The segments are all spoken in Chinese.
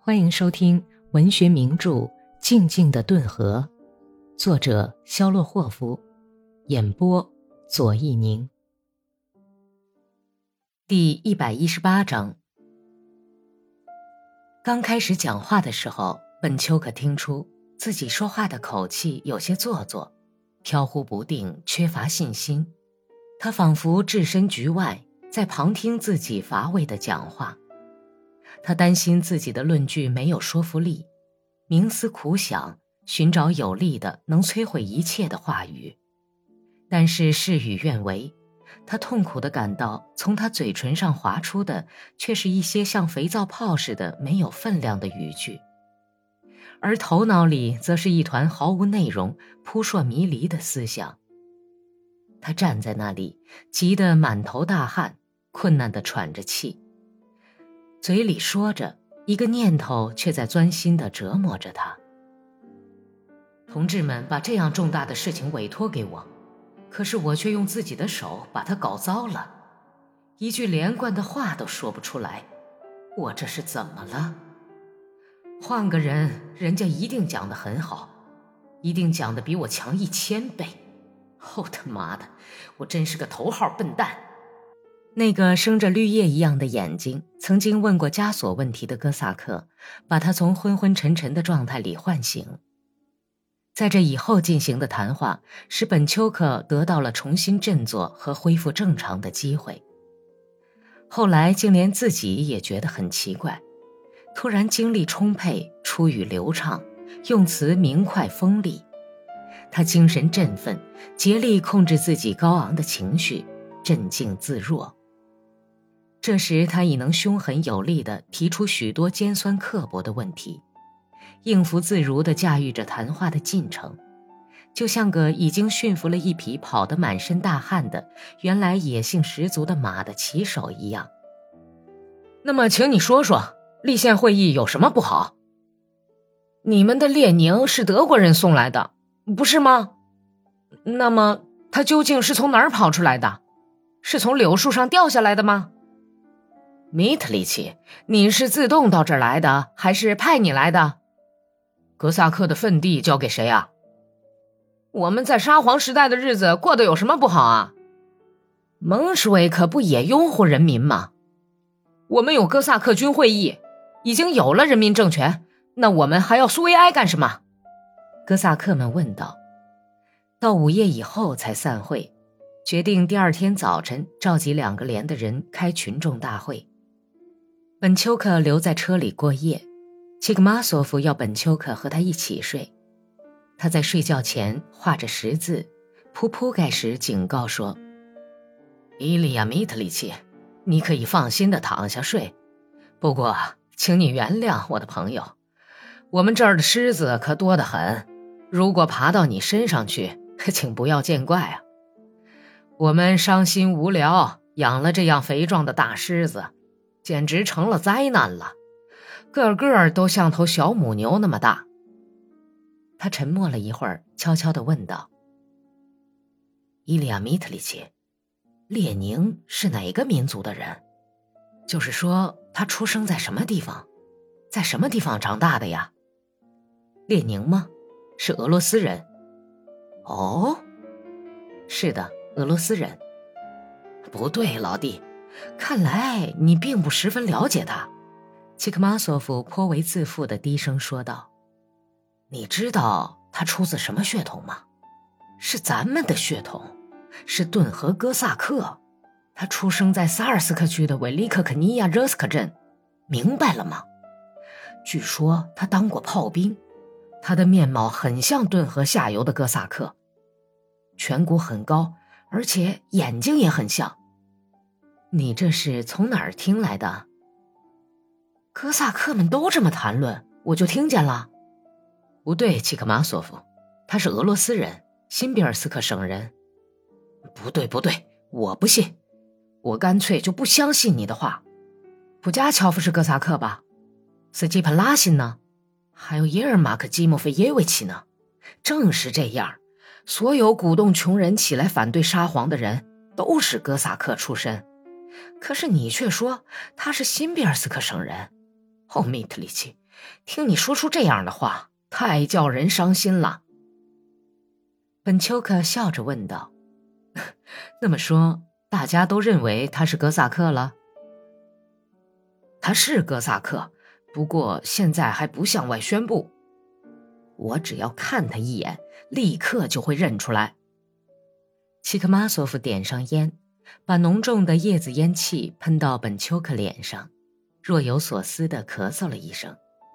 欢迎收听文学名著《静静的顿河》，作者肖洛霍夫，演播左一宁。第118章。刚开始讲话的时候，本丘可听出自己说话的口气有些做作，飘忽不定，缺乏信心。他仿佛置身局外，在旁听自己乏味的讲话。他担心自己的论据没有说服力，冥思苦想，寻找有力的能摧毁一切的话语。但是事与愿违，他痛苦地感到从他嘴唇上滑出的却是一些像肥皂泡似的没有分量的语句，而头脑里则是一团毫无内容、扑朔迷离的思想。他站在那里，急得满头大汗，困难地喘着气，嘴里说着，一个念头却在钻心地折磨着他。同志们把这样重大的事情委托给我，可是我却用自己的手把它搞糟了，一句连贯的话都说不出来，我这是怎么了？换个人，人家一定讲得很好，一定讲得比我强1000倍。他妈的，我真是个头号笨蛋。那个生着绿叶一样的眼睛，曾经问过枷锁问题的哥萨克，把他从昏昏沉沉的状态里唤醒。在这以后进行的谈话，使本丘克得到了重新振作和恢复正常的机会。后来竟连自己也觉得很奇怪，突然精力充沛，出语流畅，用词明快锋利。他精神振奋，竭力控制自己高昂的情绪，镇静自若。这时他已能凶狠有力地提出许多尖酸刻薄的问题，应付自如地驾驭着谈话的进程，就像个已经驯服了一匹跑得满身大汗的原来野性十足的马的骑手一样。那么请你说说，立宪会议有什么不好？你们的列宁是德国人送来的，不是吗？那么他究竟是从哪儿跑出来的？是从柳树上掉下来的吗？米特里奇，你是自动到这儿来的，还是派你来的？哥萨克的份地交给谁啊？我们在沙皇时代的日子过得有什么不好啊？蒙什维克不也拥护人民吗？我们有哥萨克军会议，已经有了人民政权，那我们还要苏维埃干什么？哥萨克们问道。到午夜以后才散会，决定第二天早晨召集2个连的人开群众大会。本丘克留在车里过夜，契格马索夫要本丘克和他一起睡。他在睡觉前画着十字，扑扑盖时警告说：伊利亚米特里奇，你可以放心地躺下睡，不过请你原谅我的朋友，我们这儿的狮子可多得很，如果爬到你身上去，请不要见怪啊。我们伤心无聊，养了这样肥壮的大狮子，简直成了灾难了，个个都像头小母牛那么大。他沉默了一会儿，悄悄地问道：伊利亚米特里奇，列宁是哪个民族的人？就是说他出生在什么地方，在什么地方长大的呀？列宁吗？是俄罗斯人。哦，是的，俄罗斯人。不对，老弟，看来你并不十分了解他。契克马索夫颇为自负地低声说道：你知道他出自什么血统吗？是咱们的血统，是顿河哥萨克。他出生在萨尔斯克区的韦利克肯尼亚热斯克镇，明白了吗？据说他当过炮兵，他的面貌很像顿河下游的哥萨克，颧骨很高，而且眼睛也很像。你这是从哪儿听来的？哥萨克们都这么谈论，我就听见了。不对，契克马索夫，他是俄罗斯人，新比尔斯克省人。不对，我不信，我干脆就不相信你的话。普加乔夫是哥萨克吧？斯基潘拉辛呢？还有耶尔马克基莫菲耶维奇呢？正是这样，所有鼓动穷人起来反对沙皇的人都是哥萨克出身，可是你却说他是新比尔斯克省人。米特里奇， 听你说出这样的话，太叫人伤心了。本丘克笑着问道：那么说，大家都认为他是哥萨克了？他是哥萨克，不过现在还不向外宣布。我只要看他一眼，立刻就会认出来。契克马索夫点上烟，把浓重的叶子烟气喷到本丘克脸上，若有所思地咳嗽了一声。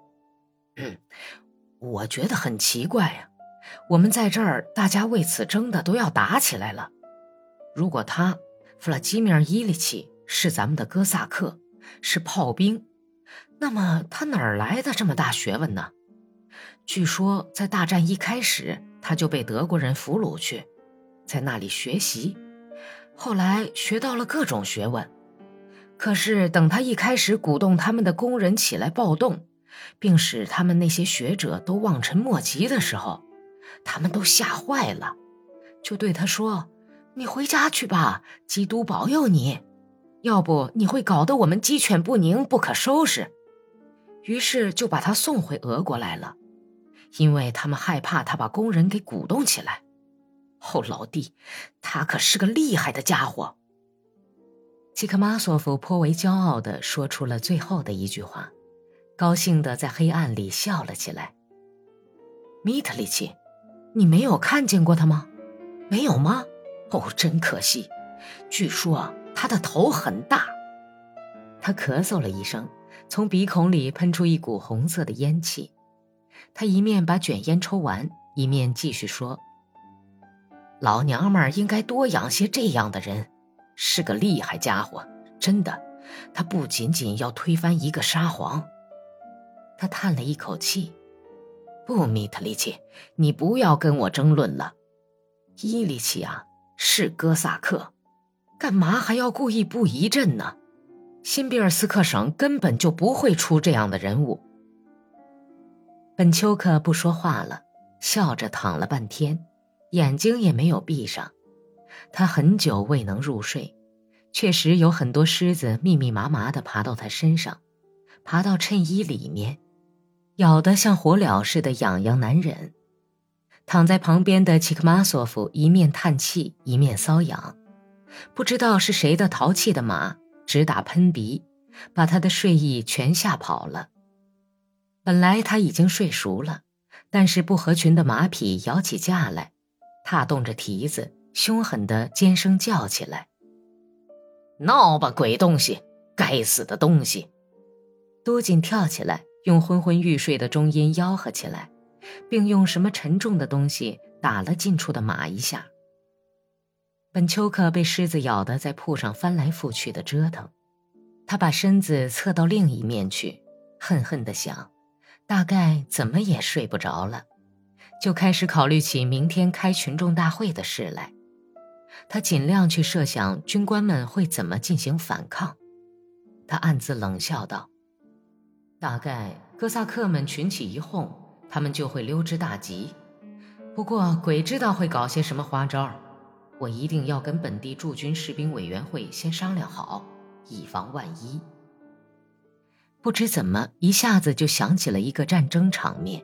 我觉得很奇怪啊，我们在这儿大家为此争的都要打起来了。如果他弗拉基米尔·伊里奇是咱们的哥萨克，是炮兵，那么他哪儿来的这么大学问呢？据说在大战一开始他就被德国人俘虏去，在那里学习，后来学到了各种学问。可是等他一开始鼓动他们的工人起来暴动，并使他们那些学者都望尘莫及的时候，他们都吓坏了，就对他说：你回家去吧，基督保佑你，要不你会搞得我们鸡犬不宁，不可收拾。于是就把他送回俄国来了，因为他们害怕他把工人给鼓动起来。老弟，他可是个厉害的家伙。契克马索夫颇为骄傲地说出了最后的一句话，高兴地在黑暗里笑了起来。米特里奇，你没有看见过他吗？没有吗？真可惜，据说他的头很大。他咳嗽了一声，从鼻孔里喷出一股红色的烟气。他一面把卷烟抽完，一面继续说：老娘们儿应该多养些这样的人，是个厉害家伙，真的，他不仅仅要推翻一个沙皇。他叹了一口气：不，米特里奇，你不要跟我争论了。伊里奇啊，是哥萨克，干嘛还要故意布一阵呢？新比尔斯克省根本就不会出这样的人物。本丘克不说话了，笑着躺了半天，眼睛也没有闭上。他很久未能入睡，确实有很多虱子密密麻麻地爬到他身上，爬到衬衣里面，咬得像火燎似的痒痒难忍。躺在旁边的契克马索夫一面叹气一面瘙痒，不知道是谁的淘气的马直打喷鼻，把他的睡意全吓跑了。本来他已经睡熟了，但是不合群的马匹摇起架来，踏动着蹄子，凶狠地尖声叫起来：闹吧，鬼东西，该死的东西！都锦跳起来，用昏昏欲睡的中音吆喝起来，并用什么沉重的东西打了近处的马一下。本丘克被狮子咬得在铺上翻来覆去的折腾，他把身子侧到另一面去，恨恨地想，大概怎么也睡不着了，就开始考虑起明天开群众大会的事来。他尽量去设想军官们会怎么进行反抗。他暗自冷笑道：大概哥萨克们群起一哄，他们就会溜之大吉。不过鬼知道会搞些什么花招，我一定要跟本地驻军士兵委员会先商量好，以防万一。不知怎么一下子就想起了一个战争场面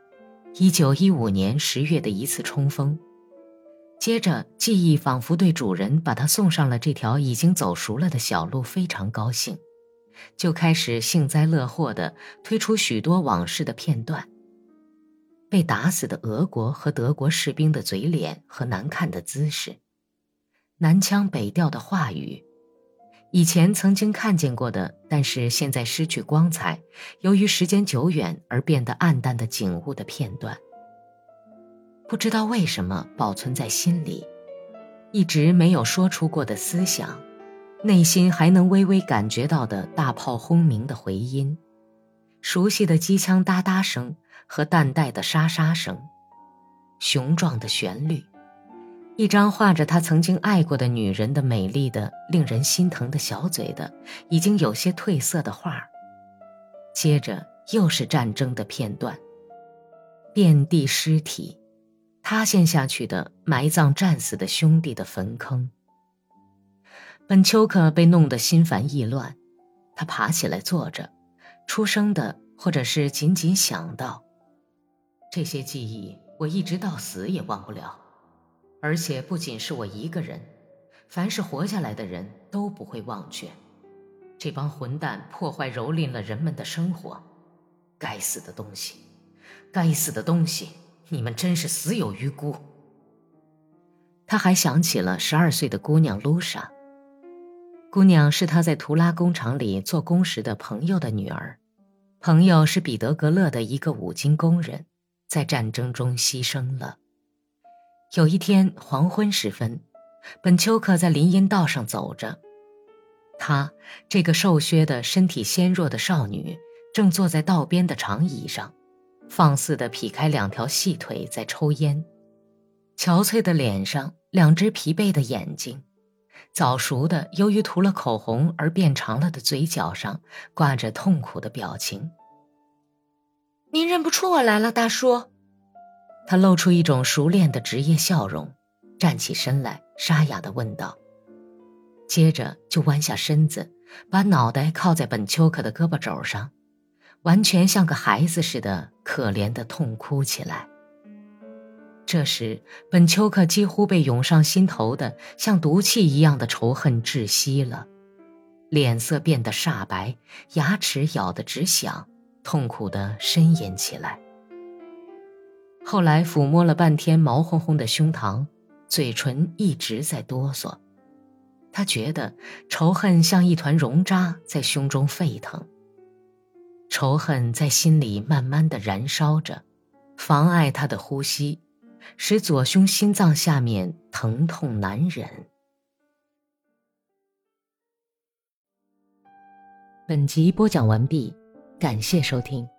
，1915年10月的一次冲锋。接着记忆仿佛对主人把他送上了这条已经走熟了的小路非常高兴，就开始幸灾乐祸地推出许多往事的片段。被打死的俄国和德国士兵的嘴脸和难看的姿势，南腔北调的话语，以前曾经看见过的，但是现在失去光彩，由于时间久远而变得暗淡的景物的片段。不知道为什么保存在心里，一直没有说出过的思想，内心还能微微感觉到的大炮轰鸣的回音，熟悉的机枪哒哒声和淡淡的沙沙声，雄壮的旋律，一张画着他曾经爱过的女人的美丽的令人心疼的小嘴的已经有些褪色的画。接着又是战争的片段，遍地尸体，塌陷下去的埋葬战死的兄弟的坟坑。本丘克被弄得心烦意乱，他爬起来坐着，出声的或者是仅仅想到。这些记忆我一直到死也忘不了，而且不仅是我一个人，凡是活下来的人都不会忘却。这帮混蛋破坏蹂躏了人们的生活，该死的东西，该死的东西，你们真是死有余辜。他还想起了12岁的姑娘露莎。姑娘是他在图拉工厂里做工时的朋友的女儿，朋友是彼得格勒的一个五金工人，在战争中牺牲了。有一天黄昏时分，本丘克在林荫道上走着，她这个瘦削的身体纤弱的少女正坐在道边的长椅上，放肆地劈开2条细腿在抽烟，憔悴的脸上2只疲惫的眼睛，早熟的由于涂了口红而变长了的嘴角上挂着痛苦的表情。您认不出我来了，大叔？他露出一种熟练的职业笑容，站起身来沙哑地问道，接着就弯下身子，把脑袋靠在本丘克的胳膊肘上，完全像个孩子似的可怜地痛哭起来。这时本丘克几乎被涌上心头的像毒气一样的仇恨窒息了，脸色变得煞白，牙齿咬得直响，痛苦地呻吟起来。后来抚摸了半天毛烘烘的胸膛，嘴唇一直在哆嗦。他觉得仇恨像一团熔渣在胸中沸腾，仇恨在心里慢慢地燃烧着，妨碍他的呼吸，使左胸心脏下面疼痛难忍。本集播讲完毕，感谢收听。